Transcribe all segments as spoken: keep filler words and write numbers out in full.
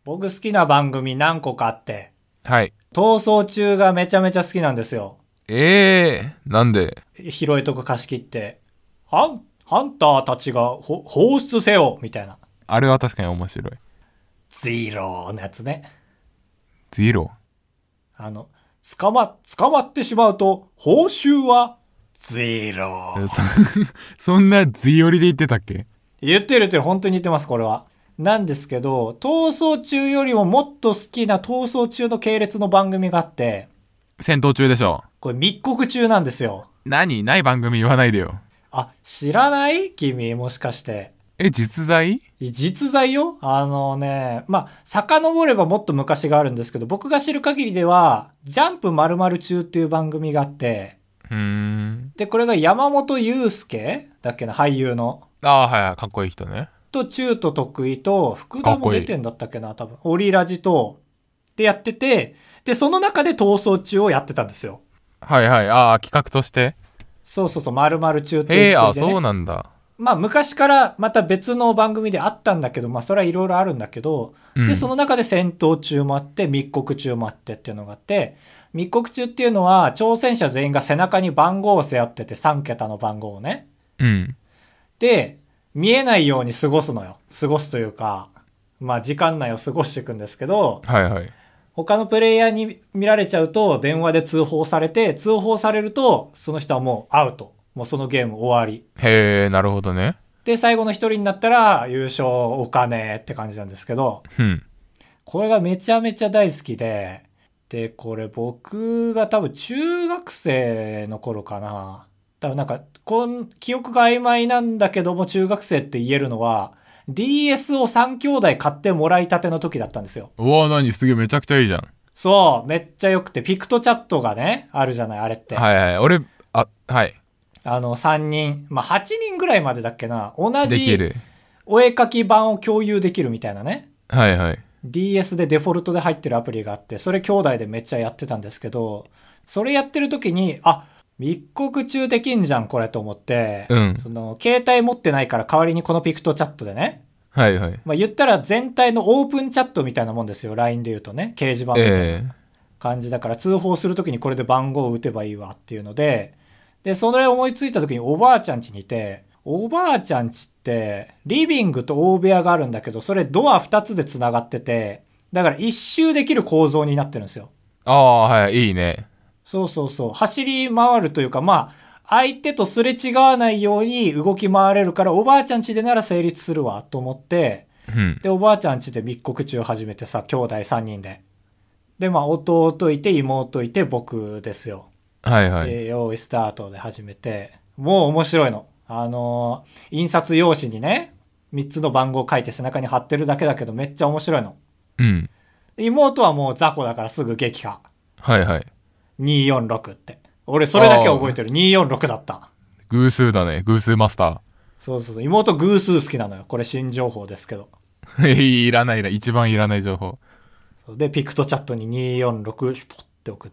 僕好きな番組何個かあって。 はい。 逃走中がめちゃめちゃ好きなんですよ。 えー、なんで？ 広いとこ貸し切って。ハン、ハンターたちが放出せよみたいな。 あれは確かに面白い。 ゼロのやつね。 ゼロ？ あの、捕ま、捕まってしまうと、報酬はゼロ。 そ, そんなゼ寄りで言ってたっけ？ 言ってる言ってる、本当に言ってます、これは。なんですけど、逃走中よりももっと好きな逃走中の系列の番組があって、 戦闘中でしょ。 これ密告中なんですよ。 何？ない番組言わないでよ。 あ、知らない君、もしかして。 え、実在？ 実在よ。あのね、まあ、遡ればもっと昔があるんですけど、僕が知る限りでは、ジャンプ〇〇中っていう番組があって、 うーん。 で、これが山本裕介だっけな、俳優の。 ああ、はいはい、かっこいい人ね。 と、中途得意と、福田も出てんだったっけな、多分。オリラジと、でやってて、で、その中で逃走中をやってたんですよ。 はいはい、ああ、企画として。 そうそうそう、〇〇中っていう、 ね。へえ、あ、そうなんだ。 まあ昔からまた別の番組であったんだけど、まあそれはいろいろあるんだけど、うん、で、その中で戦闘中もあって、密告中もあってっていうのがあって、密告中っていうのは挑戦者全員が背中に番号を背負っててさん桁の番号をね。 うん。 で、見えないように過ごすのよ。過ごすというか、まあ時間内を過ごしていくんですけど、 はいはい。 他のプレイヤーに見られちゃうと電話で通報されて、通報されるとその人はもうアウト。もうそのゲーム終わり。 へえ、なるほどね。 で、最後の一人になったら優勝お金って感じなんですけど、 うん。 これがめちゃめちゃ大好きで、で、これ僕が多分中学生の頃かな。多分なんか、こん記憶が曖昧なんだけども中学生って言えるのは、ディーエス をさん兄弟買ってもらいたての時だったんですよ。 うわー、何すげえめちゃくちゃいいじゃん。 そう、めっちゃ良くて、ピクトチャットがね、あるじゃない、あれって。 はいはい。俺、あ、はい。 あの、さんにん、まあ、はちにんぐらいまでだっけな、同できる。 じお絵描き版を共有できるみたいなね。 はいはい。 ディーエス でデフォルトで入ってるアプリがあって、それ兄弟でめっちゃやってたんですけど、それやってる時に、あ、密告中できんじゃん、これと思って、 うん。 その、携帯持ってないから代わりにこのピクトチャットでね。 はいはい。 まあ、言ったら全体のオープンチャットみたいなもんですよ、ライン で言うとね。掲示板みたいな感じだから、通報する時にこれで番号を打てばいいわっていうので、で、それ思いついた時におばあちゃん家にいて、おばあちゃん家って、リビングと大部屋があるんだけど、それドアふたつで繋がってて、だから一周できる構造になってるんですよ。 ああ、はい、いいね。 そうそうそう。走り回るというか、まあ、相手とすれ違わないように動き回れるから、おばあちゃん家でなら成立するわ、と思って、 うん。 で、おばあちゃん家で密告中始めてさ、兄弟さんにんで。で、まあ、弟いて、妹いて、僕ですよ。 はいはい。 で、用意スタートで始めて、もう面白いの。あのー、印刷用紙にね、みっつの番号書いて背中に貼ってるだけだけどめっちゃ面白いの。 うん。 妹はもう雑魚だからすぐ撃破。 はいはい。 にーよんろくって。俺それだけ覚えてる。にーよんろくだった。 偶数だね。偶数マスタそうそうそう。妹偶数好きなのよ。これ新情報ですけど。 ー。いらないな。一番いらない情報。 で、ピクトチャットににーよんろくシュポって送って、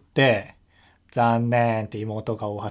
残念って妹が終わって、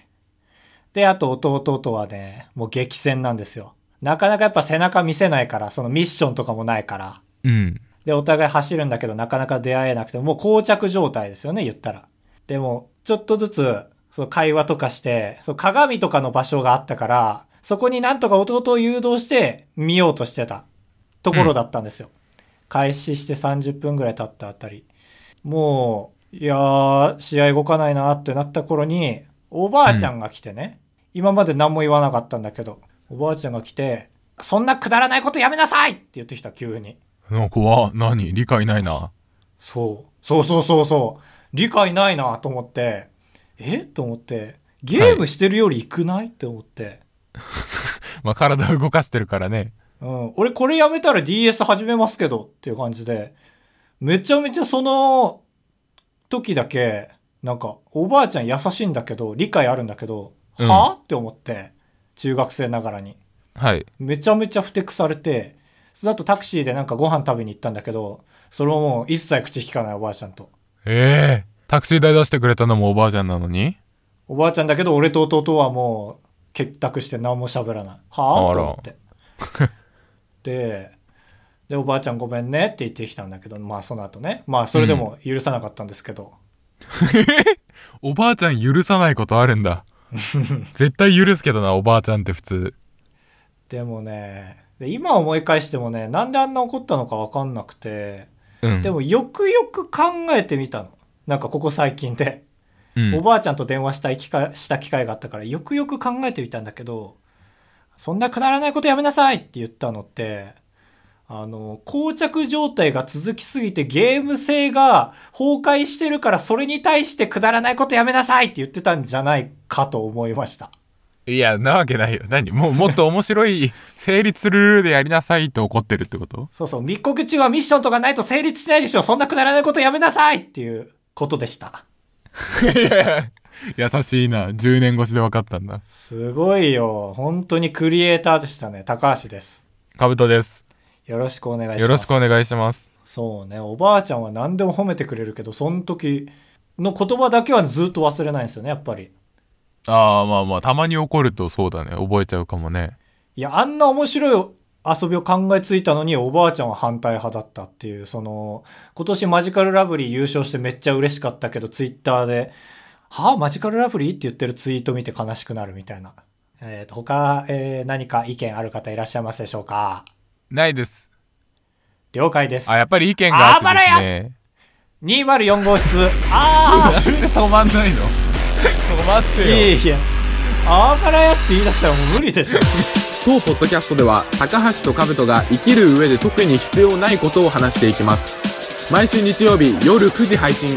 で、あと弟とはね、もう激戦なんですよ。なかなかやっぱ背中見せないから、そのミッションとかもないから。 うん。 で、お互い走るんだけどなかなか出会えなくて、もう膠着状態ですよね、言ったら。でも、ちょっとずつ、その会話とかして、その鏡とかの場所があったから、そこになんとか弟を誘導して見ようとしてたところだったんですよ。うん、開始してさんじゅっぷんぐらい経ったあたり。もう、いやー、試合動かないなってなった頃に、おばあちゃんが来てね、うん、今まで何も言わなかったんだけど、おばあちゃんが来て、そんなくだらないことやめなさいって言ってきた、急に。 なんか怖っ。何？理解ないな。 そう。そうそうそうそう。理解ないなと思って、えと思って、ゲームしてるよりいくない、はい、って思って。 まあ体を動かしてるからね。 うん。俺これやめたら ディーエス 始めますけどっていう感じで、めちゃめちゃその時だけ、なんかおばあちゃん優しいんだけど、理解あるんだけど、うん、はぁって思って、中学生ながらに。 はい。 めちゃめちゃふてくされて、その後タクシーでなんかご飯食べに行ったんだけど、それももう一切口聞かないおばあちゃんと。 ええー、タクシー代出してくれたのもおばあちゃんなのに？ おばあちゃんだけど俺と弟はもう結託して何も喋らない。はぁと思って。で、 で、おばあちゃんごめんねって言ってきたんだけど、まあその後ね。まあそれでも許さなかったんですけど。 うん、おばあちゃん許さないことあるんだ。絶対許すけどな、おばあちゃんって普通。 でもね、で今思い返してもね、なんであんな怒ったのか分かんなくて、うん、でもよくよく考えてみたの。なんかここ最近で。うん、おばあちゃんと電話したい機会、した機会があったからよくよく考えてみたんだけど、そんなくだらないことやめなさいって言ったのって、あの、膠着状態が続きすぎてゲーム性が崩壊してるからそれに対してくだらないことやめなさいって言ってたんじゃないかと思いました。 いや、なわけないよ。何もうもっと面白い成立するルールでやりなさいと怒ってるってこと？ そうそう。密告中はミッションとかないと成立しないでしょ。そんなくだらないことやめなさいっていうことでした。 いや、優しいな。じゅうねん越しで分かったんだ。 すごいよ。本当にクリエイターでしたね。高橋です。 かぶとです。 よろしくお願いします。 よろしくお願いします。 そうね。おばあちゃんは何でも褒めてくれるけど、その時の言葉だけはずっと忘れないんですよね、やっぱり。 ああ、まあまあ、たまに怒るとそうだね。覚えちゃうかもね。 いや、あんな面白い遊びを考えついたのに、おばあちゃんは反対派だったっていう、その、今年マジカルラブリー優勝してめっちゃ嬉しかったけど、ツイッターで、はぁ、マジカルラブリーって言ってるツイート見て悲しくなるみたいな。えっと、他、えー、何か意見ある方いらっしゃいますでしょうか？ ないです。 了解です。 あ、やっぱり意見があってですね。 にまるよん号室。あーなんで止まんないの？止まってよ。 いやいや、あばらやって言い出したらもう無理でしょ。 当ポッドキャストでは高橋と兜が生きる上で特に必要ないことを話していきます。毎週日曜日夜くじ配信。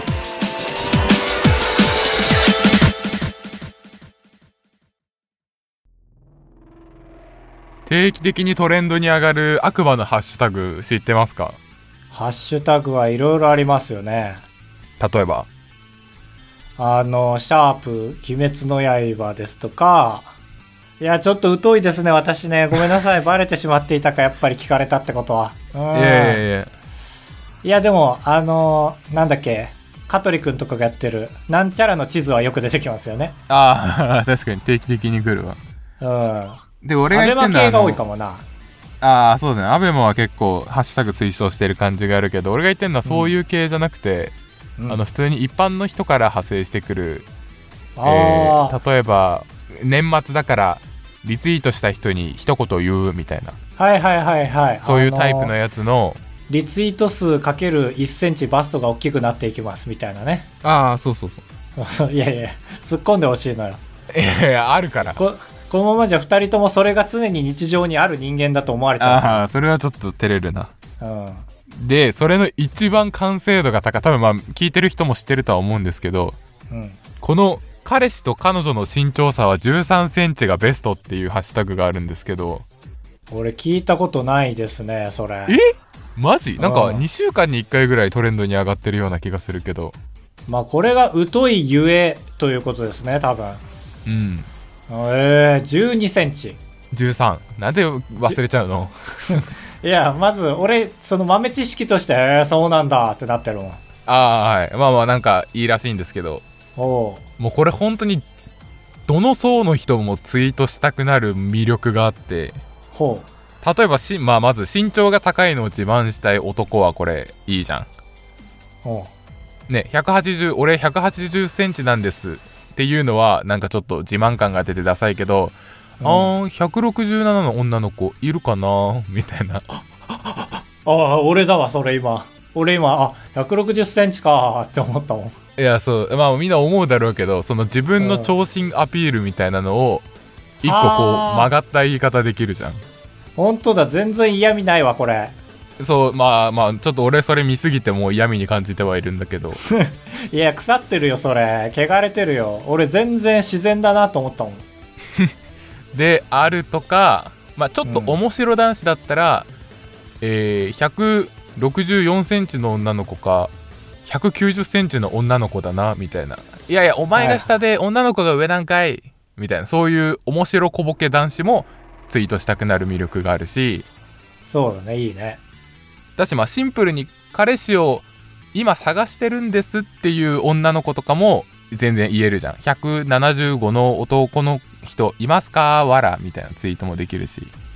定期的にトレンドに上がる悪魔のハッシュタグ知ってますか？ ハッシュタグはいろいろありますよね。 例えばあのシャープ鬼滅の刃ですとか。いやちょっと疎いですね私ね。ごめんなさい。バレてしまっていたか。やっぱり聞かれたってことは。うん、いやいやいやいやでもあのなんだっけ、香取くんとかがやってるなんちゃらの地図はよく出てきますよね。 ああ確かに定期的に来るわ。 うんで俺が言ってんのはアベマ系が多いかもな。 ああそうだね。アベマは結構ハッシュタグ推奨してる感じがあるけど、俺が言ってるのはそういう系じゃなくて、うん、あの普通に一般の人から派生してくる、うん、えー、例えば年末だからリツイートした人に一言言うみたいな、 はいはいはいはい、 そういうタイプのやつのリツイート数かけるいっセンチバストが大きくなっていきますみたいなね。 ああそうそうそういやいや突っ込んでほしいのよ。 いやいやあるから。 ここのままじゃふたりともそれが常に日常にある人間だと思われちゃう。 ああそれはちょっと照れるな。 うん、 でそれの一番完成度が高い、多分まあ聞いてる人も知ってるとは思うんですけど、うん、この彼氏と彼女の身長差はじゅうさんセンチがベストっていうハッシュタグがあるんですけど、 俺聞いたことないですねそれ。 えマジ？なんかにしゅうかんにいっかいぐらいトレンドに上がってるような気がするけど、 まあこれが疎いゆえということですね多分。 うん。 えー、じゅうにセンチ。 じゅうさん。なんで忘れちゃうの？ いやまず俺その豆知識としてえー、そうなんだってなってるもん。 ああはい。まあまあなんかいいらしいんですけど、 おうもうこれ本当にどの層の人もツイートしたくなる魅力があって、 ほう例えばし、まあ、まず身長が高いのを自慢したい男はこれいいじゃん。 ほうね、ひゃくはちじゅう俺ひゃくはちじゅっセンチなんですっていうのはなんかちょっと自慢感が出てダサいけど、うん、あーひゃくろくじゅうななの女の子いるかなみたいな。 ああ俺だわそれ今。俺今あひゃくろくじゅっセンチかって思ったもん。 いやそうまあみんな思うだろうけど、その自分の長身アピールみたいなのを一個こう曲がった言い方できるじゃん。 本当だ全然嫌味ないわこれ。 そうまあまあちょっと俺それ見すぎてもう嫌味に感じてはいるんだけどいや腐ってるよそれ。汚れてるよ。俺全然自然だなと思ったもんであるとか、まあ、ちょっと面白男子だったら、うん、えー、ひゃくろくじゅうよんセンチの女の子かひゃくきゅうじゅっセンチの女の子だなみたいな、いやいやお前が下で女の子が上なんかいみたいな、そういう面白小ボケ男子もツイートしたくなる魅力があるし。 そうだねいいね。 だしまあシンプルに彼氏を今探してるんですっていう女の子とかも全然言えるじゃん。ひゃくななじゅうごの男の人いますかわらみたいなツイートもできるし。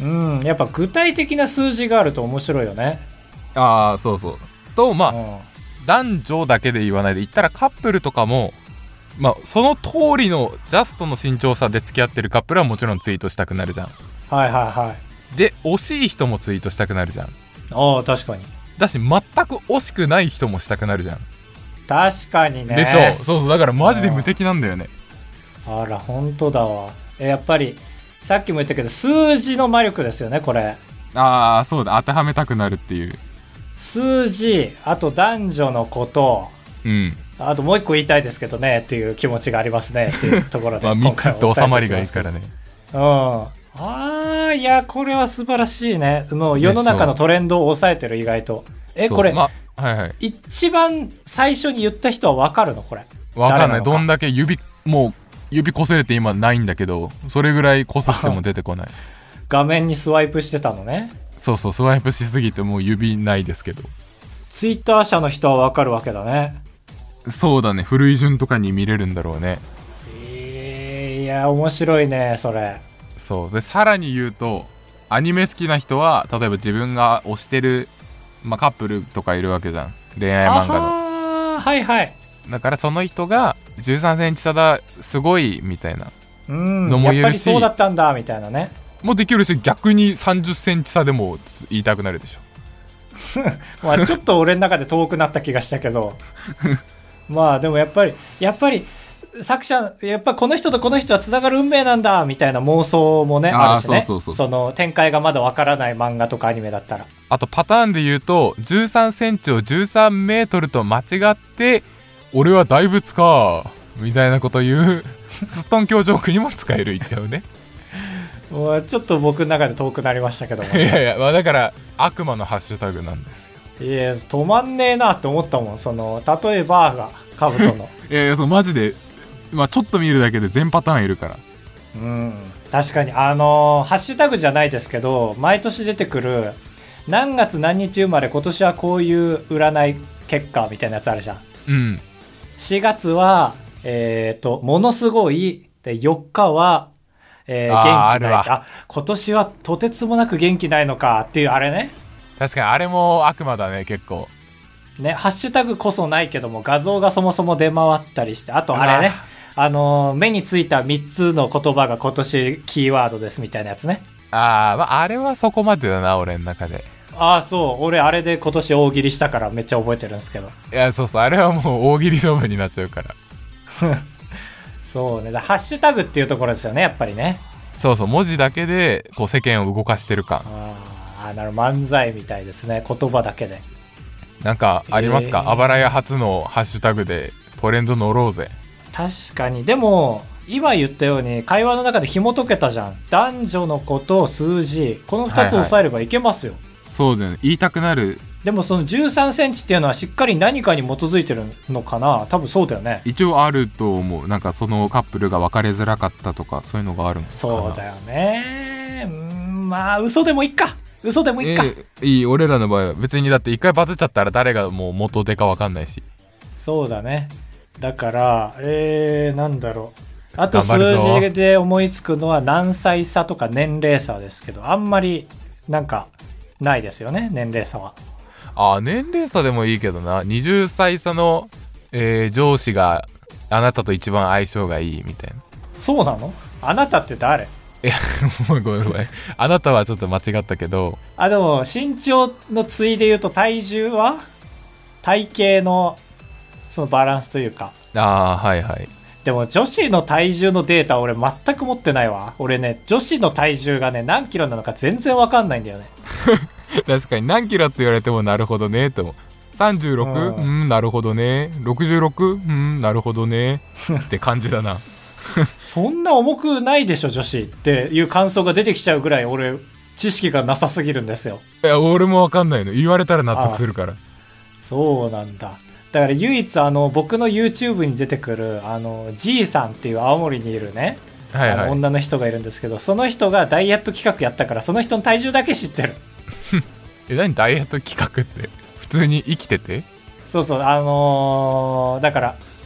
うん、やっぱ具体的な数字があると面白いよね。 ああそうそうとまあ、 うん、 男女だけで言わないで言ったらカップルとかもまあその通りのジャストの身長差で付き合ってるカップルはもちろんツイートしたくなるじゃん。 はいはいはい。 で惜しい人もツイートしたくなるじゃん。 ああ確かに。 だし全く惜しくない人もしたくなるじゃん。 確かにね。 でしょ。そうそうだからマジで無敵なんだよね。 あら本当だわ。えやっぱりさっきも言ったけど数字の魔力ですよねこれ。 ああそうだ当てはめたくなるっていう数字、あと男女のこと、 うん、 あともう一個言いたいですけどねっていう気持ちがありますねっていうところでまあみっつって収まりがいいからね。 うん。ああいやこれは素晴らしいね。もう世の中のトレンドを抑えてる意外と。えこれ、まはいはい、 一番最初に言った人は分かるのこれ。 分かんない。どんだけ指もう指こすれて今ないんだけどそれぐらいこすっても出てこない。 画面にスワイプしてたのね。 そうそうスワイプしすぎてもう指ないですけどツイッター社の人は分かるわけだね。 そうだね古い順とかに見れるんだろうね。 えー、いや面白いねそれ。 そうでさらに言うとアニメ好きな人は例えば自分が推してる、まあ、カップルとかいるわけじゃん恋愛漫画の。 はいはい。 だからその人がじゅうさんセンチ差だすごいみたいなのも言えるし、やっぱりそうだったんだみたいなねもできるし逆にさんじゅっセンチ差でも言いたくなるでしょまあちょっと俺の中で遠くなった気がしたけどまあでもやっぱりやっぱり作者やっぱこの人とこの人はつながる運命なんだみたいな妄想もね あ, あるしね。その展開がまだわからない漫画とかアニメだったら。 あとパターンで言うとじゅうさんセンチをじゅうさんメートルと間違って俺は大仏かみたいなこと言うすっとんきょうジョークにも使える一応ねもうちょっと僕の中で遠くなりましたけども、ね、 いやいや、まあ、だから悪魔のハッシュタグなんですよ。 いや止まんねえなって思ったもん。その例えばがカブトのいやいやそうマジで、まあ、ちょっと見るだけで全パターンいるから。 うん確かにあのー、ハッシュタグじゃないですけど毎年出てくる何月何日生まれ今年はこういう占い結果みたいなやつあるじゃん。 うんしがつはえっ、ー、とものすごいでよっかはえー、元気ない。あ、今年はとてつもなく元気ないのかっていうあれね。 確かにあれも悪魔だね結構ね。ハッシュタグこそないけども画像がそもそも出回ったりして、あとあれねあのー、目についたみっつの言葉が今年キーワードですみたいなやつね。 あー、まああれはそこまでだな俺の中で。 ああそう俺あれで今年大喜利したからめっちゃ覚えてるんですけど。 いやそうそうあれはもう大喜利勝負になっちゃうからそうね。だハッシュタグっていうところですよねやっぱりね。 そうそう文字だけでこう世間を動かしてる感。 ああなる漫才みたいですね言葉だけで。 なんかありますか、えー、あばらや初のハッシュタグでトレンド乗ろうぜ。 確かに。でも今言ったように会話の中で紐解けたじゃん。男女のこと数字このふたつ押さえればいけますよ、はいはい、 そうだよね言いたくなる。 でもそのじゅうさんセンチっていうのはしっかり何かに基づいてるのかな。多分そうだよね。 一応あると思う。なんかそのカップルが別れづらかったとかそういうのがあるのかな。 そうだよね。うんまあ嘘でもいいか嘘でもいいか、えー、いい俺らの場合は別にだって一回バズっちゃったら誰がもう元手か分かんないし。 そうだね。だからえー、なんだろうあと数字で思いつくのは何歳差とか年齢差ですけどあんまりなんかないですよね年齢差は。 ああ年齢差でもいいけどな。はたち差の、えー、上司があなたと一番相性がいいみたいな。 そうなの。あなたって誰。 いやごめんごめんごめんあなたはちょっと間違ったけど。 あでも身長の対で言うと体重は体型のそのバランスというか。 ああはいはい。 でも女子の体重のデータ俺全く持ってないわ。俺ね女子の体重がね何キロなのか全然わかんないんだよね確かに何キロって言われてもなるほどねと。さんじゅうろく うん、うん、なるほどね。ろくじゅうろくうんなるほどねって感じだなそんな重くないでしょ女子っていう感想が出てきちゃうぐらい俺知識がなさすぎるんですよ。 いや俺もわかんないの。言われたら納得するから。 そうなんだ。だから唯一あの僕の YouTube に出てくるあの G さんっていう青森にいるね、はいはい、あの女の人がいるんですけどその人がダイエット企画やったからその人の体重だけ知ってるえ何ダイエット企画って普通に生きてて。 そうそうあのー、だから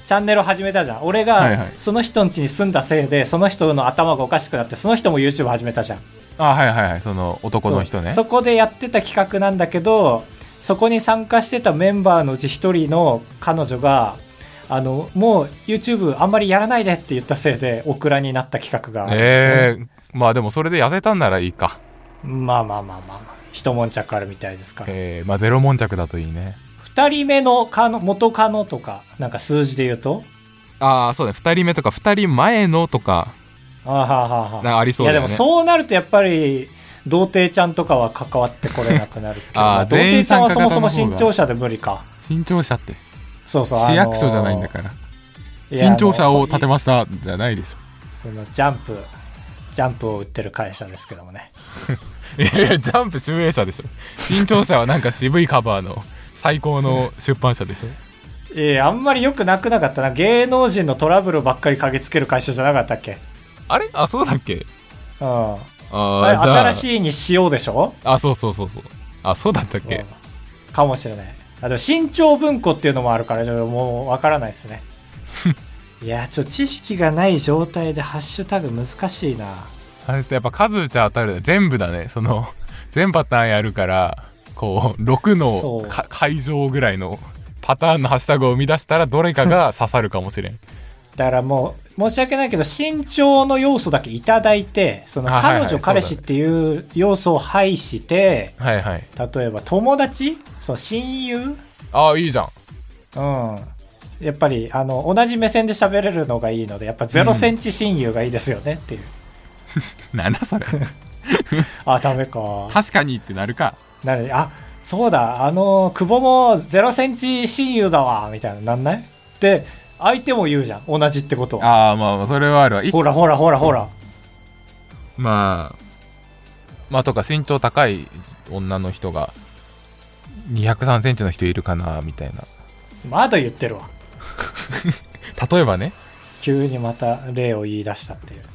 チャンネルを始めたじゃん。俺はいはいがその人ん家に住んだせいでその人の頭がおかしくなってその人も YouTube 始めたじゃん。 あはいはいはい、その男の人ね。 そ, そこでやってた企画なんだけど、そこに参加してたメンバーのうち一人の彼女があのもう YouTube あんまりやらないでって言ったせいでオクラになった企画があるんですね。 えー、まあでもそれで痩せたんならいいか。 まあまあまあまあ、まあ、一悶着あるみたいですから。 えー、まあゼロ悶着だといいね。 二人目のカノ元カノとかなんか数字で言うと、 ああそうね、ふたりめとかふたりまえのとかあはははなんかありそうだよね。 いやでもそうなるとやっぱり童貞ちゃんとかは関わってこれなくなるけどあーまあ童貞ちゃんはそもそも全員参加型の方が新潮社で無理か。 新潮社ってそうそう、 市役所じゃないんだから、 いや新潮社をあの建てましたじゃないでしょ。 そのジャンプジャンプを売ってる会社ですけどもね。 いやいやジャンプ集英社でしょ。新潮社はなんか渋いカバーの最高の出版社でしょ。 いやあんまり良くなくなかったな。芸能人のトラブルばっかり嗅ぎつける会社じゃなかったっけ。 あれあそうだっけ。 うん、 ああれじゃあ新しいにしようでしょ。 あそうそうそうそう、あそうだったっけ、 うん、かもしれない。あでも新潮文庫っていうのもあるからちょっともうわからないですね。いやちょっと知識がない状態でハッシュタグ難しいな。 あれってやっぱ数打ち当たる全部だね。その全パターンやるからこうろくのか会場ぐらいのパターンのハッシュタグを生み出したらどれかが刺さるかもしれん。 だからもう申し訳ないけど身長の要素だけいただいて、その彼女彼氏っていう要素を排してはいはい、 例えば友達、そう親友、 ああいいじゃん。 うんやっぱりあの同じ目線で喋れるのがいいのでやっぱゼロセンチ親友がいいですよねっていう、 うん、なんだそれ。 あダメか確かにってなるか。 なにあそうだあの久保もゼロセンチ親友だわみたいななんないで相手も言うじゃん同じってことは。 ああまあまあそれはあるわ。 ほらほらほらほら、 まあまあとか身長高い女の人がにひゃくさんセンチの人いるかなみたいな。 まだ言ってるわ。 例えばね。 急にまた例を言い出したっていう。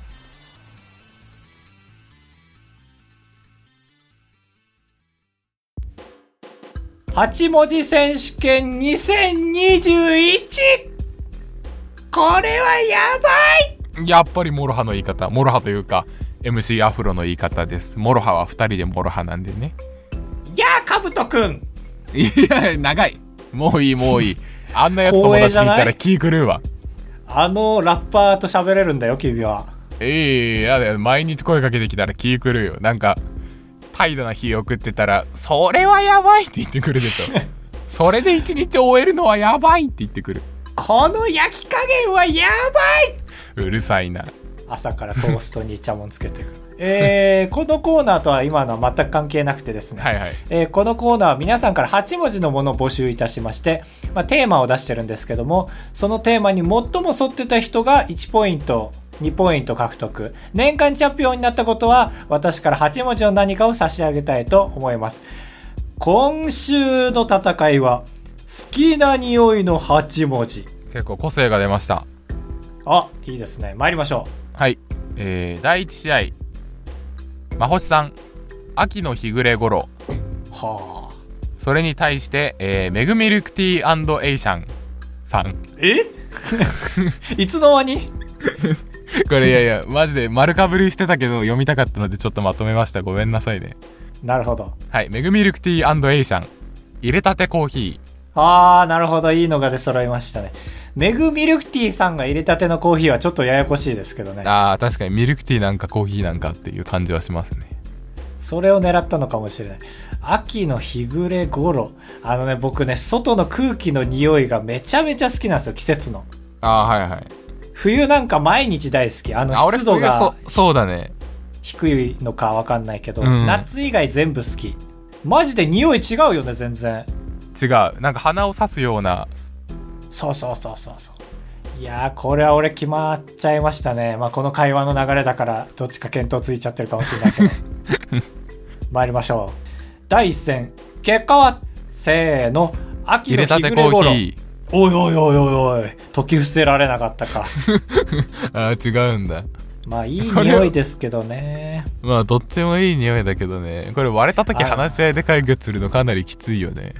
はち文字選手権にせんにじゅういち、これはやばい。 やっぱりモロハの言い方、モロハというか エムシー アフロの言い方です。モロハはふたりでモロハなんでね。 やあカブトくん。 いや長い、もういいもういい。あんなやつ友達聞いたら気狂うわ。 あのラッパーと喋れるんだよ君は。 ええー、やだよ、毎日声かけてきたら気狂うよ。なんか態度な日送ってたらそれはやばいって言ってくるでしょ。それで一日終えるのはやばいって言ってくる。 この焼き加減はやばい。 うるさいな。 朝からトーストに茶もんつけてくる。えー、このコーナーとは今のは全く関係なくてですね、 はいはい、 えー、このコーナーは皆さんからはち文字のものを募集いたしまして、まあ、テーマを出してるんですけども、そのテーマに最も沿ってた人がいちポイントにポイント獲得。年間チャンピオンになったことは私からはち文字の何かを差し上げたいと思います。今週の戦いは好きな匂いのはち文字。 結構個性が出ました。 あ、いいですね。参りましょう。はい、えー、だいいち試合まほしさん、秋の日暮れ頃。 はあ。 それに対して、えー、メグミルクティー&エイシャンさん。 えいつの間にこれいやいやマジで丸かぶりしてたけど読みたかったのでちょっとまとめました。ごめんなさいね。 なるほど。 はい、メグミルクティー&エイシャン入れたてコーヒー。あーなるほど、いいのが出揃いましたね。メグミルクティーさんが入れたてのコーヒーはちょっとややこしいですけどね。 あー確かにミルクティーなんかコーヒーなんかっていう感じはしますね。 それを狙ったのかもしれない。秋の日暮れ頃、あのね僕ね外の空気の匂いがめちゃめちゃ好きなんですよ、季節の。 あーはいはい。 冬なんか毎日大好き。あの湿度がそ, そうだね低いのかわかんないけど、 うん、 夏以外全部好き。マジで匂い違うよね全然。 違う、なんか鼻を刺すような。 そうそうそうそうそう。いやーこれは俺決まっちゃいましたね。まあこの会話の流れだからどっちか見当ついちゃってるかもしれないけど参りましょう。第一戦結果はせーの、秋の日暮れ頃。 入れたてコーヒー。 おいおいおいおいおい、解き伏せられなかったかあー違うんだ。 まあいい匂いですけどね。 まあどっちもいい匂いだけどね、これ割れた時話し合いで解決するのかなりきついよね。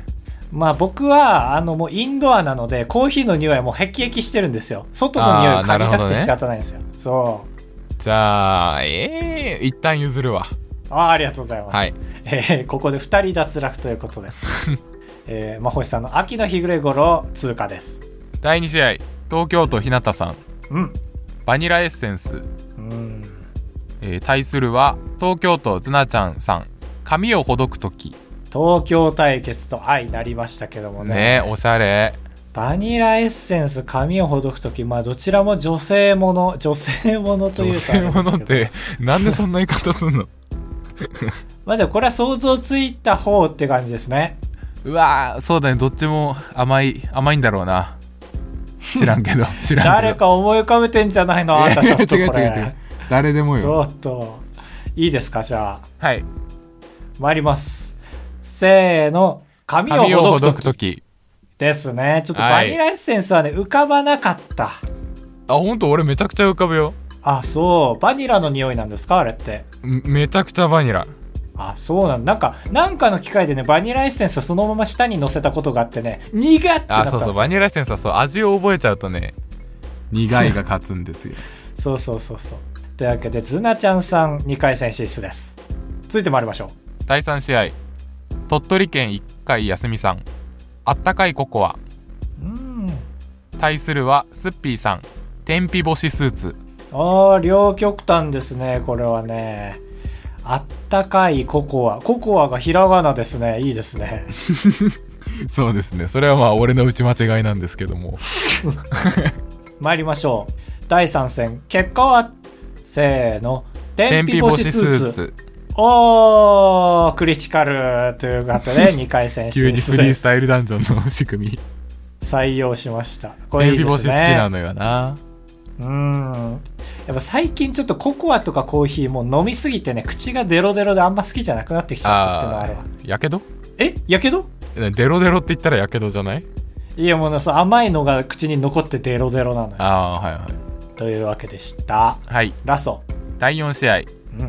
まあ僕はあのもうインドアなのでコーヒーの匂いはもうへきへきしてるんですよ。外の匂いを嗅ぎたくて仕方ないんですよ、ね、そうじゃあえー、一旦譲るわ。 あありがとうございます、 はいえー、ここでふたり脱落ということで、えー、まほしさんの秋の日暮れ頃通過です。 だいに試合東京都ひなたさん、 うん、 バニラエッセンス、 うん、 えー、対するは東京都ズナちゃんさん、髪をほどくとき。 東京対決と相なりましたけどもね。 ねおしゃれ。 バニラエッセンス髪をほどくとき、まあどちらも女性もの女性ものというか、 女性ものってなんでそんな言い方すんのまあでもこれは想像ついた方って感じですね。 うわーそうだね、どっちも甘い甘いんだろうな。知らんけど知らんけど誰か思い浮かべてんじゃないのあんたちょっとこれ。違う違う違う、 誰でもよ。 ちょっといいですか、じゃあはい参ります。せーの、髪をほどくときですね。ちょっとバニラエッセンスはね、はい、浮かばなかった。あ、 ほんと俺めちゃくちゃ浮かぶよ。 あ、そう、バニラの匂いなんですかあれって。 めちゃくちゃバニラ。 あ、そうなんだ。なんかなんかの機会でね、バニラエッセンスをそのまま下に乗せたことがあってね、苦ってなったんですよ。 あ、そうそう、バニラエッセンスはそう味を覚えちゃうとね、苦いが勝つんですよ。 そうそうそうそう。というわけでズナちゃんさんにかい戦進出です。続いて参りましょう。 だいさん試合、鳥取県いっかい休みさん、あったかいココア。 うん。 対するはスッピーさん、天日干しスーツ。 ああ、両極端ですね、これはね。あったかいココア。ココアがひらがなですね。いいですね。 そうですね。それはまあ俺の打ち間違いなんですけども。 参りましょう。だいさん戦、結果はせーの、天日干しスーツ。おー、クリティカルということでにかい戦進出です。 急にフリースタイルダンジョンの仕組み採用しました。これいいですね。 天日干し好きなのよな。 うーん、やっぱ最近ちょっとココアとかコーヒーも飲みすぎてね、口がデロデロであんま好きじゃなくなってきちゃったってのがあるわ。 やけど？ え、やけど？ デロデロって言ったらやけどじゃない？ いやもうそう甘いのが口に残ってデロデロなのよ。 ああ、はいはい。 というわけでした。 はい。 ラストだいよん試合、うん、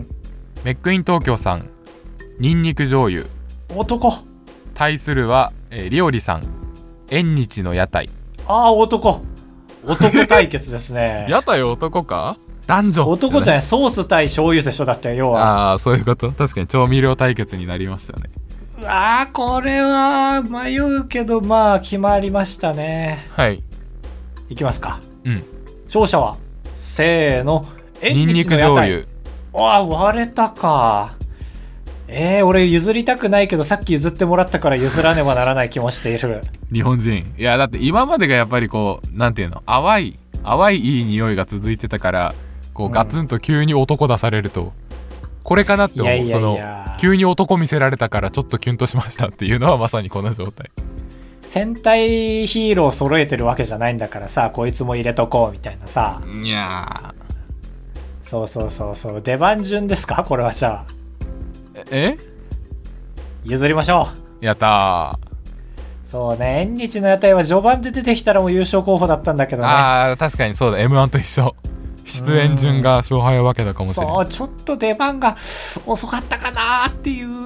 メックイン東京さん、ニンニク醤油。 男。 対するは、えー、リオリさん、縁日の屋台。 ああ、男男対決ですね。 屋台男か？男女男じゃない、ソース対醤油でしょ。だって要は。 ああ、そういうこと。確かに調味料対決になりましたね。 うわー、これは迷うけどまあ決まりましたね。 はい、 いきますか。 うん。 勝者はせーの、 ニンニク醤油。 ああ、割れたか。えー、俺譲りたくないけどさっき譲ってもらったから譲らねばならない気もしている。 日本人。いやだって今までがやっぱりこうなんていうの、淡い淡いいい匂いが続いてたから、こうガツンと急に男出されると、うん、これかなって思う。いやいやいや、その急に男見せられたからちょっとキュンとしましたっていうのはまさにこの状態。 戦隊ヒーロー揃えてるわけじゃないんだからさ、こいつも入れとこうみたいなさ。 いやー、そうそうそうそう、出番順ですかこれは。じゃあえ譲りましょう。やったー。そうね、縁日の屋台は序盤で出てきたらもう優勝候補だったんだけどね。ああ、確かにそうだ。 エムワン と一緒。出演順が勝敗を分けたかもしれない。 そう、ちょっと出番が遅かったかなっていう、うん、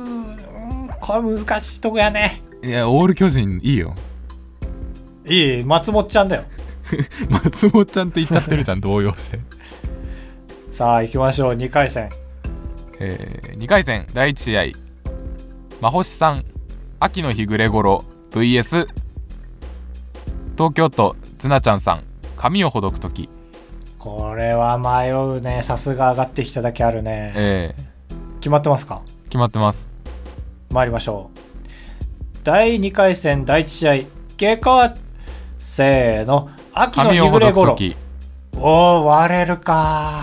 これ難しいとこやね。 いや、オール巨人いいよ。 いい、松本ちゃんだよ。 松本ちゃんって言っちゃってるじゃん。動揺して。 さあ行きましょう。にかい戦、 えー、にかい戦だいいち試合、まほしさん、秋の日暮れ頃 ブイエス 東京都つなちゃんさん、髪をほどくとき。 これは迷うね。さすが上がってきただけあるね。 えー、決まってますか？ 決まってます。 参りましょう。だいにかい戦だいいち試合、結果はせーの、秋の日暮れ頃。おー、割れるか。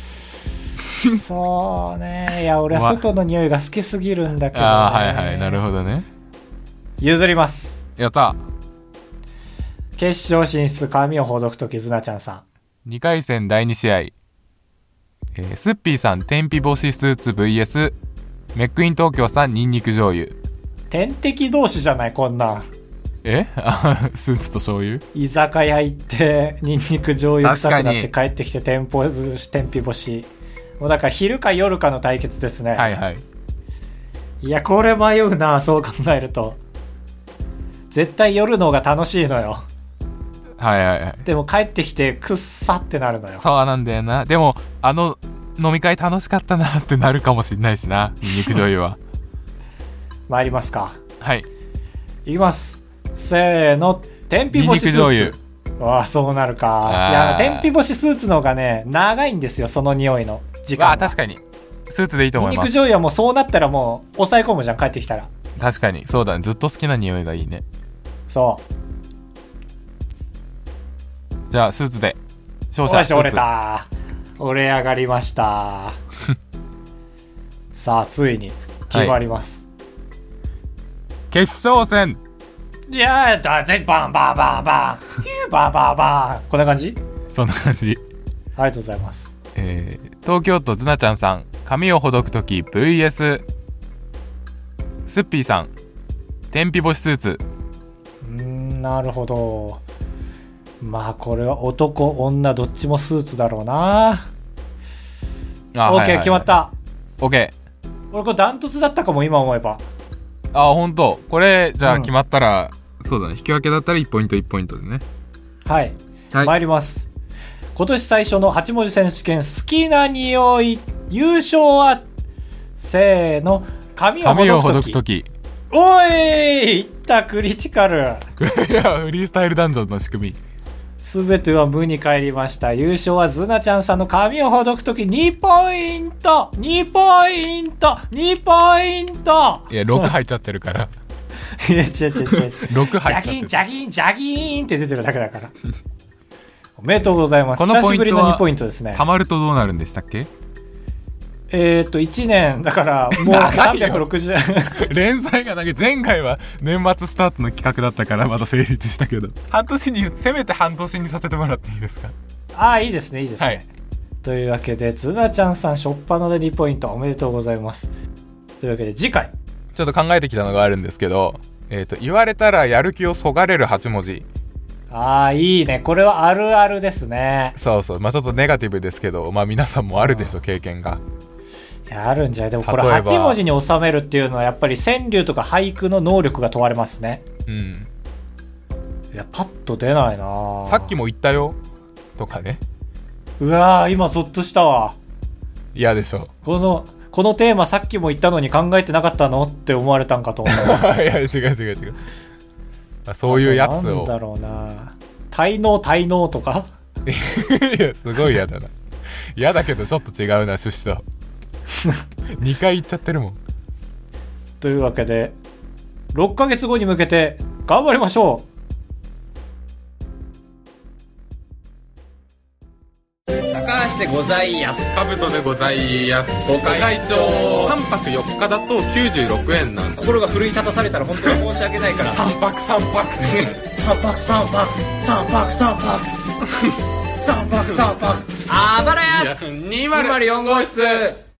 そうね。いや俺は外の匂いが好きすぎるんだけどね。 あー、はいはい、なるほどね。 譲ります。 やった。 決勝進出、髪をほどくときずなちゃんさん。にかい戦だいに試合、えー、スッピーさん、天日干しスーツ ブイエス メックイン東京さん、ニンニク醤油。 天敵同士じゃないこんなん。 えあスーツと醤油。 居酒屋行ってニンニク醤油臭くなって帰ってきて天日干し。もうだから昼か夜かの対決ですね。 はいはい。 いやこれ迷うな、そう考えると。 絶対夜の方が楽しいのよ。 はいはいはい。 でも帰ってきてくっさってなるのよ。 そうなんだよな。でもあの飲み会楽しかったなってなるかもしれないしな、ニンニク醤油は。 参りますか。 はい。 いきます。せーの、天日干しスーツ。ニンニク醤油。ああ、そうなるか。いや、天日干しスーツの方がね、長いんですよ、その匂いの時間。 あ、確かに。スーツでいいと思います。 ニンニク醤油はもうそうなったらもう抑え込むじゃん、帰ってきたら。 確かに、そうだね。ずっと好きな匂いがいいね。 そう。じゃあ、スーツで。勝者。 折れた。折れ上がりました。さあ、ついに決まります。はい、 決勝戦。 いやーだぜ、バンバンバンバンヒューバンバンバン。こんな感じ？ そんな感じ。 ありがとうございます。 えー、東京都ずなちゃんさん、髪をほどくとき ブイエス スッピーさん、天日干しスーツ。 うーん、なるほど。まあこれは男女どっちもスーツだろうな。あ、オッケー、はいはいはい、決まった。 オッケー。俺これダントツだったかも、今思えば。 あ、ほんと。これじゃあ決まったら、うん、そうだね、引き分けだったらいちポイントいちポイントでね。 はい、はい、参ります。今年最初のはち文字選手権、好きな匂い優勝は、せーの、髪をほどくとき。おい、いったクリティカル。 いや、フリースタイルダンジョンの仕組み。 すべては無に帰りました。優勝はズナちゃんさんの髪をほどくときにポイント !に ポイント !に ポイント。 いや、ろく入っちゃってるから。 いや、違う違う違う。 ろく入っちゃってる。 ジャギン、ジャギン、ジャギーンって出てるだけだから。おめでとうございます。この久しぶりのにポイントですね。 溜まるとどうなるんでしたっけ？ えー、っといちねんだからもうさんびゃくろくじゅう連載が長い。前回は年末スタートの企画だったからまだ成立したけど、半年に、せめて半年にさせてもらっていいですか？ ああ、いいですね、いいですね、はい、というわけでズナちゃんさん初っ端でにポイントおめでとうございます。というわけで次回ちょっと考えてきたのがあるんですけど、えー、と言われたらやる気をそがれるはち文字。 ああ、いいね。これはあるあるですね。 そうそう、まあちょっとネガティブですけど、まあ皆さんもあるでしょ、経験が。 いや、あるんじゃない。でもこれはち文字に収めるっていうのはやっぱり川柳とか俳句の能力が問われますね。 うん。 いや、パッと出ないな。 さっきも言ったよとかね。 うわー、今ゾッとしたわ。 嫌でしょ。 このこのテーマさっきも言ったのに考えてなかったのって思われたんかと思った。 いや、違う違う違う。そういうやつを。 なんだろうな。滞納滞納とか。 いや、すごい嫌だな。嫌だけどちょっと違うな、趣旨と。にかい言っちゃってるもん。 というわけでろっかげつごに向けて頑張りましょう。高橋でございやす。 カブトでございやす。ご会長。さんぱくよっかだときゅうじゅうろくえんなんで。 心が奮い立たされたら本当に申し訳ないから。 さんぱくさんぱくさんぱくさんぱくさんぱくさんぱくさんぱくさんぱくあばらやにまるよん号室。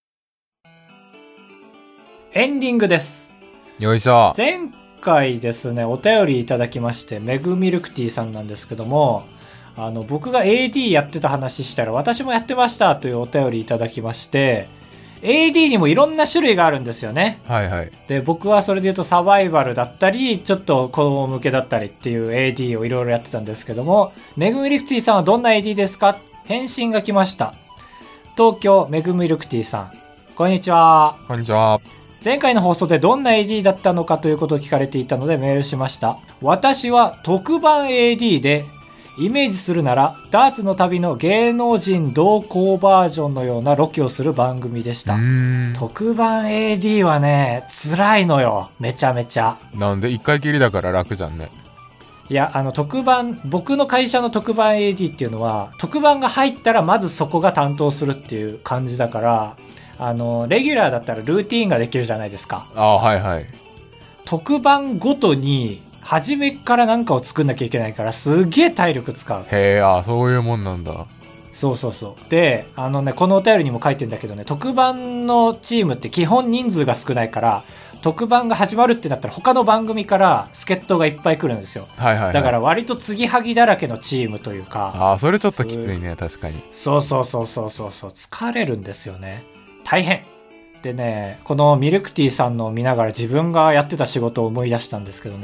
エンディングです。 よいしょ。 前回ですね、お便りいただきまして、メグミルクティーさんなんですけども、あの僕が エーディー やってた話したら私もやってましたというお便りいただきまして、 エーディー にもいろんな種類があるんですよね。 はいはい。 で、僕はそれで言うとサバイバルだったりちょっと子供向けだったりっていう エーディー をいろいろやってたんですけども、メグミルクティーさんはどんな エーディー ですか？返信が来ました。東京メグミルクティーさん、こんにちは。 こんにちは。 前回の放送でどんな エーディー だったのかということを聞かれていたのでメールしました。私は特番 エーディー で、イメージするならダーツの旅の芸能人同行バージョンのようなロケをする番組でした。特番 エーディー はね、辛いのよ、めちゃめちゃ。 なんで一回きりだから楽じゃんね。 いや、あの特番、僕の会社の特番 エーディー っていうのは、特番が入ったらまずそこが担当するっていう感じだから、あのレギュラーだったらルーティーンができるじゃないですか。 ああ、はいはい。 特番ごとに初めから何かを作んなきゃいけないから、すげえ体力使う。 へえ、あ、そういうもんなんだ。 そうそうそう。で、あのね、このお便りにも書いてんだけどね、特番のチームって基本人数が少ないから、特番が始まるってなったら他の番組から助っ人がいっぱい来るんですよ。 はいはいはい。 だから割と継ぎはぎだらけのチームというか。 ああ、それちょっときついね、確かに。 そうそうそうそうそうそう。疲れるんですよね。大変。でね、このミルクティーさんのを見ながら自分がやってた仕事を思い出したんですけどね、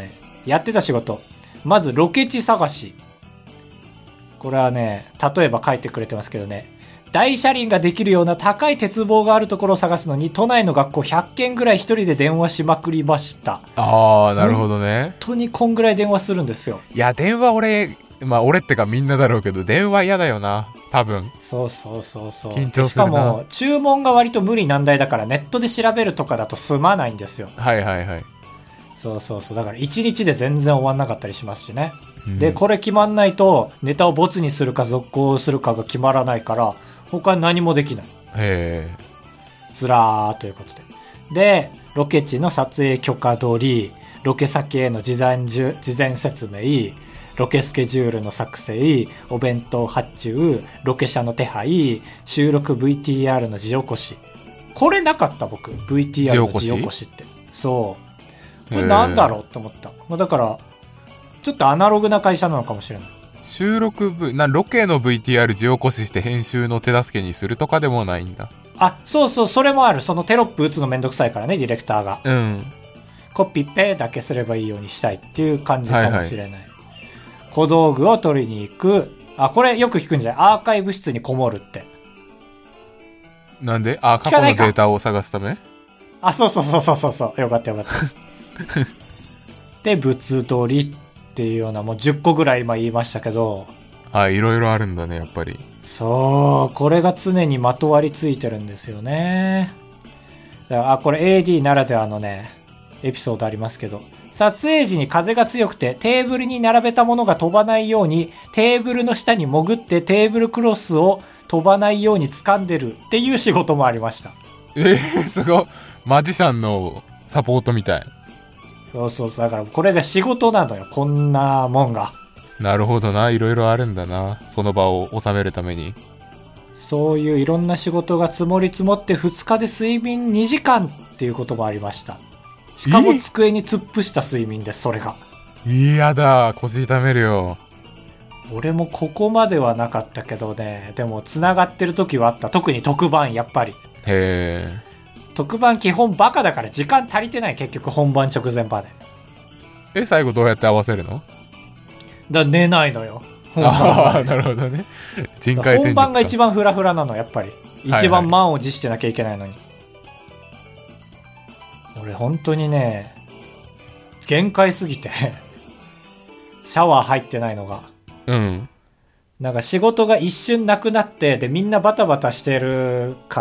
やってた仕事。まずロケ地探し。これはね、例えば書いてくれてますけどね。大車輪ができるような高い鉄棒があるところを探すのに、都内の学校ひゃっけんぐらい一人で電話しまくりました。 ああ、なるほどね。 本当にこんぐらい電話するんですよ。 いや、電話俺、まあ俺ってかみんなだろうけど、電話嫌だよな、多分。 そうそうそうそう。 緊張するな。 しかも、注文が割と無理難題だからネットで調べるとかだと済まないんですよ。 はいはいはい。 そうそうそう。だからいちにちで全然終わんなかったりしますしね。 うん、 で、これ決まんないと、ネタをボツにするか続行するかが決まらないから、他に何もできない。 へー。ずらーということで。で、ロケ地の撮影許可取り、ロケ先への事前じゅ、事前説明、ロケスケジュールの作成、お弁当発注、ロケ車の手配、収録 ブイティーアール の字起こし。これなかった僕。ブイティーアール の字起こしって。そう。これなんだろうって思った。だから、ちょっとアナログな会社なのかもしれない。 収録部なロケの ブイティーアール 字起こしして編集の手助けにするとかでもないんだ。 あ、そうそう、それもある。そのテロップ打つのめんどくさいからね、ディレクターが。 うん。 コピペだけすればいいようにしたいっていう感じかもしれない。はいはい、小道具を取りに行く。あ、これよく聞くんじゃない？アーカイブ室にこもるって。 なんで？あ、過去のデータを探すため？ あ、そうそうそうそうそう。よかったよかった。で、物取りっていうような、もうじゅっこぐらい今言いましたけど。 はい、いろいろあるんだね、やっぱり。 そう、これが常にまとわりついてるんですよね。だからあ、これ エーディー ならではのね、エピソードありますけど、撮影時に風が強くてテーブルに並べたものが飛ばないように、テーブルの下に潜ってテーブルクロスを飛ばないように掴んでるっていう仕事もありました。 えー、すごい。マジシャンのサポートみたい。 そうそうそう。だからこれが仕事なのよ。こんなもんが。 なるほどな。いろいろあるんだな。その場を収めるために。 そういういろんな仕事が積もり積もってふつかで睡眠にじかんっていうこともありました。しかも机に突っ伏した睡眠です、それが。 いやだ、腰痛めるよ。 俺もここまではなかったけどね。でも繋がってる時はあった。特に特番、やっぱり。 へー。 特番基本バカだから時間足りてない、結局本番直前まで。 え、最後どうやって合わせるの？ だ寝ないのよ。 ああ、なるほどね。人海戦術か。 本番が一番フラフラなの、やっぱり。一番満を持してなきゃいけないのに。はいはい、俺本当にね、限界すぎて、シャワー入ってないのが。 うん。 なんか仕事が一瞬なくなって、でみんなバタバタしてるから、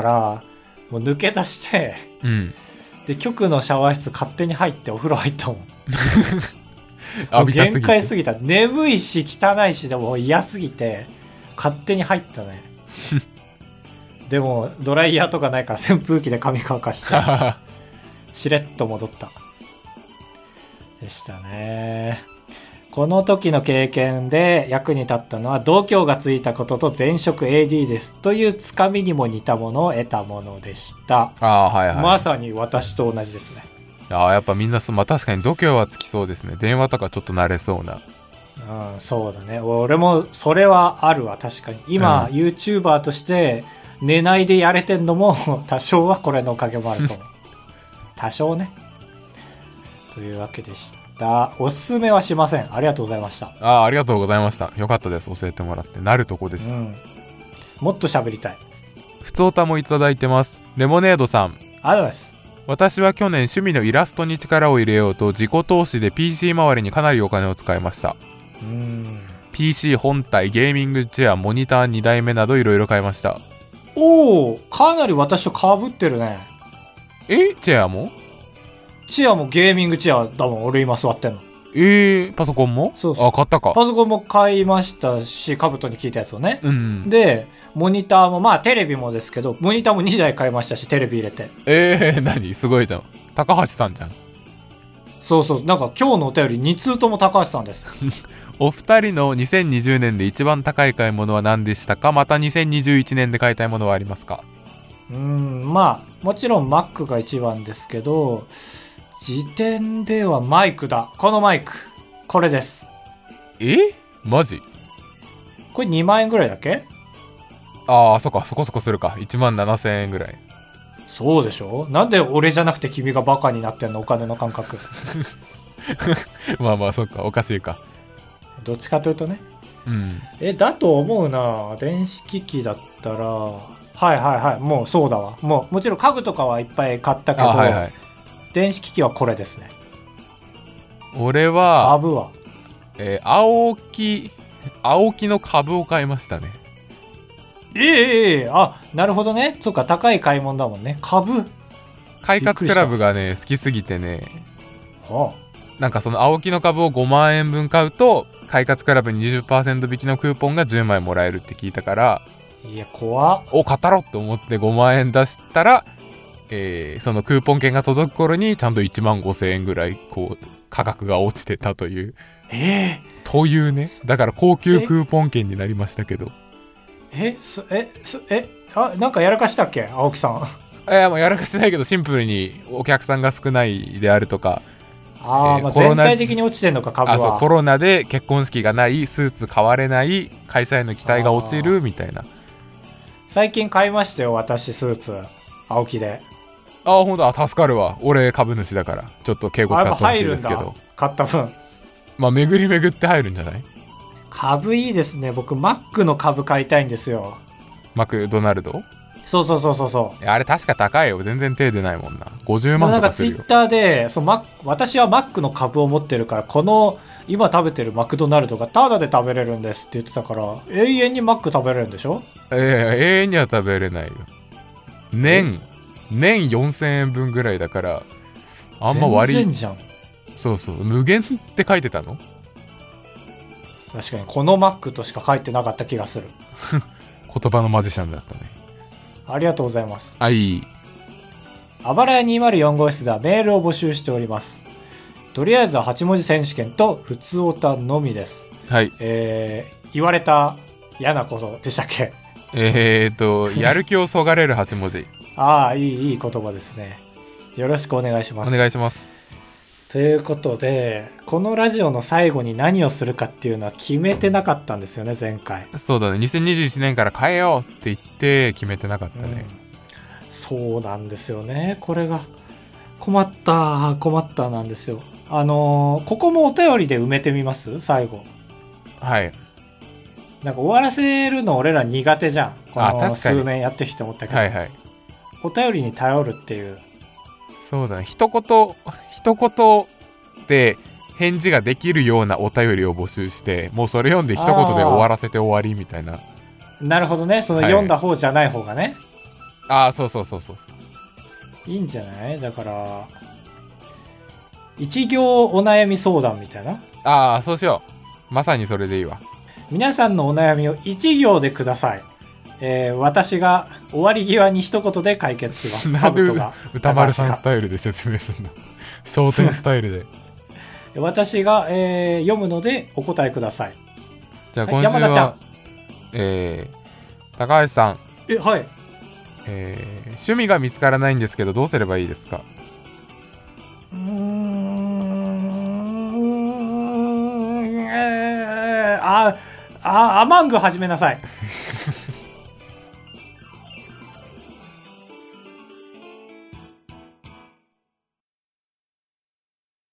もう抜け出して、 うん、 で局のシャワー室勝手に入ってお風呂入ったもん。 浴びたすぎて。 限界すぎた。眠いし汚いしでも嫌すぎて勝手に入ったね。でもドライヤーとかないから扇風機で髪乾かしてしれっと戻ったでしたね。この時の経験で役に立ったのは度胸がついたことと前職 エーディー ですというつかみにも似たものを得たものでした。 あ、はいはい、 まさに私と同じですね。 ああ、やっぱみんなそ、まあ、確かに度胸はつきそうですね。電話とかちょっと慣れそうな。 うん、そうだね。俺もそれはあるわ、確かに。今、うん、YouTuber として寝ないでやれてんのも多少はこれのおかげもあると思う。多少ね。というわけでした。おすすめはしません。ありがとうございました。 ああ、ありがとうございました。よかったです。教えてもらってなるとこです、うん、 もっと喋りたい。 ふつおたもいただいてます。レモネードさん、ありがとうございます。 私は去年趣味のイラストに力を入れようと自己投資で ピーシー 周りにかなりお金を使いました。 うーんピーシー 本体、ゲーミングチェア、モニターにだいめなどいろいろ買いました。 おお、かなり私と被ってるね。 え、チェアも？ チェアもゲーミングチェアだもん、俺今座ってんの。 えー、パソコンも？ そうそう。 あ、買ったか。 パソコンも買いましたし、カブトに聞いたやつをね。 うん。 で、モニターも、まあテレビもですけど、モニターもにだい買いましたし、テレビ入れて。 えー、何？すごいじゃん。高橋さんじゃん。 そうそう。なんか今日のお便りに通とも高橋さんです。 お二人のにせんにじゅうねんで一番高い買い物は何でしたか？またにせんにじゅういちねんで買いたいものはありますか？ うーん、まあ、もちろん Mac が一番ですけど、時点ではマイクだ。このマイク。これです。 え？マジ？ これにまんえんぐらいだっけ？ ああ、そっか、そこそこするか。いちまんななせんえんぐらい。 そうでしょ？なんで俺じゃなくて君がバカになってんの？お金の感覚。 まあまあそっか、おかしいか。 どっちかというとね。 うん。 え、だと思うな。電子機器だったら、はいはいはい、もうそうだわ。もうもちろん家具とかはいっぱい買ったけど、 あ、はいはい。 電子機器はこれですね。 俺は、 株は。 えー、青木、青木の株を買いましたね。 ええええ、あ、なるほどね。そっか、高い買い物だもんね。株。 快活クラブがね、好きすぎてね、 はなんかその青木の株をごまんえんぶん買うと、快活クラブに にじゅっパーセント 引きのクーポンがじゅうまいもらえるって聞いたから、 あ、いや、怖っ。 お、買ったろって思ってごまんえん出したら、えー、そのクーポン券が届く頃にちゃんといちまんごせんえんぐらいこう価格が落ちてたという、 えというね、だから高級クーポン券になりましたけど。 え、そ、え、そ、え、あ、なんかやらかしたっけ青木さん。 いや、もうやらかしてないけど、シンプルにお客さんが少ないであるとか、 ああ、 えーまあ、 コロナ全体的に落ちてんのか、株は。 あ、そう、コロナで結婚式がない、スーツ買われない、会社への期待が落ちるみたいな。 最近買いましたよ、私、スーツ。青木で。 あ、ほんと、あ、助かるわ。俺株主だから、ちょっと敬語使ってほしいですけど。 買った分。 まあ、巡り巡って入るんじゃない？ 株いいですね。僕、マックの株買いたいんですよ。 マクドナルド？ そうそうそうそうそう。 あれ確か高いよ。全然手出ないもんな。ごじゅうまんとかするよ。 なんかツイッターで、そう、マ私はマックの株を持ってるから、この今食べてるマクドナルドがタダで食べれるんですって言ってたから、永遠にマック食べれるんでしょ？ ええ、永遠には食べれないよ。年、年よんせんえんぶんぐらいだから、あんま割り。 全然じゃん。 そうそう。無限って書いてたの？ 確かに、このマックとしか書いてなかった気がする。 言葉のマジシャンだったね。 ありがとうございます。 はい。 あばらやにまるよん号室ではメールを募集しております。とりあえずははち文字選手権とふつおたのみです。 はい。 えー、言われた嫌なことでしたっけ？ えーと、やる気をそがれるはち文字。 ああ、いい、いい言葉ですね。よろしくお願いします。 お願いします。 ということで、このラジオの最後に何をするかっていうのは決めてなかったんですよね、前回。 そうだね。にせんにじゅういちねんから変えようって言って決めてなかったね。 うん、そうなんですよね。これが困った困ったなんですよ。あのー、ここもお便りで埋めてみます？最後。 はい。 なんか終わらせるの俺ら苦手じゃん。この数年やってきて思ったけど。 はいはい。 お便りに頼るっていう。 そうだね。一言一言で返事ができるようなお便りを募集して、もうそれ読んで一言で終わらせて終わりみたいな。 なるほどね。その読んだ方じゃない方がね。 はい、ああ、そうそうそうそう。 いいんじゃない？だから一行お悩み相談みたいな。 ああ、そうしよう。まさにそれでいいわ。 皆さんのお悩みを一行でください。えー、私が終わり際に一言で解決します。 なんで歌丸さんスタイルで説明するの？焦点スタイルで。 私が、えー、読むのでお答えください。 じゃあ今週は、はい、山田ちゃん、えー、高橋さん。 え、はい。 えー、趣味が見つからないんですけどどうすればいいですか？ うーん、えー、ああアマング始めなさい。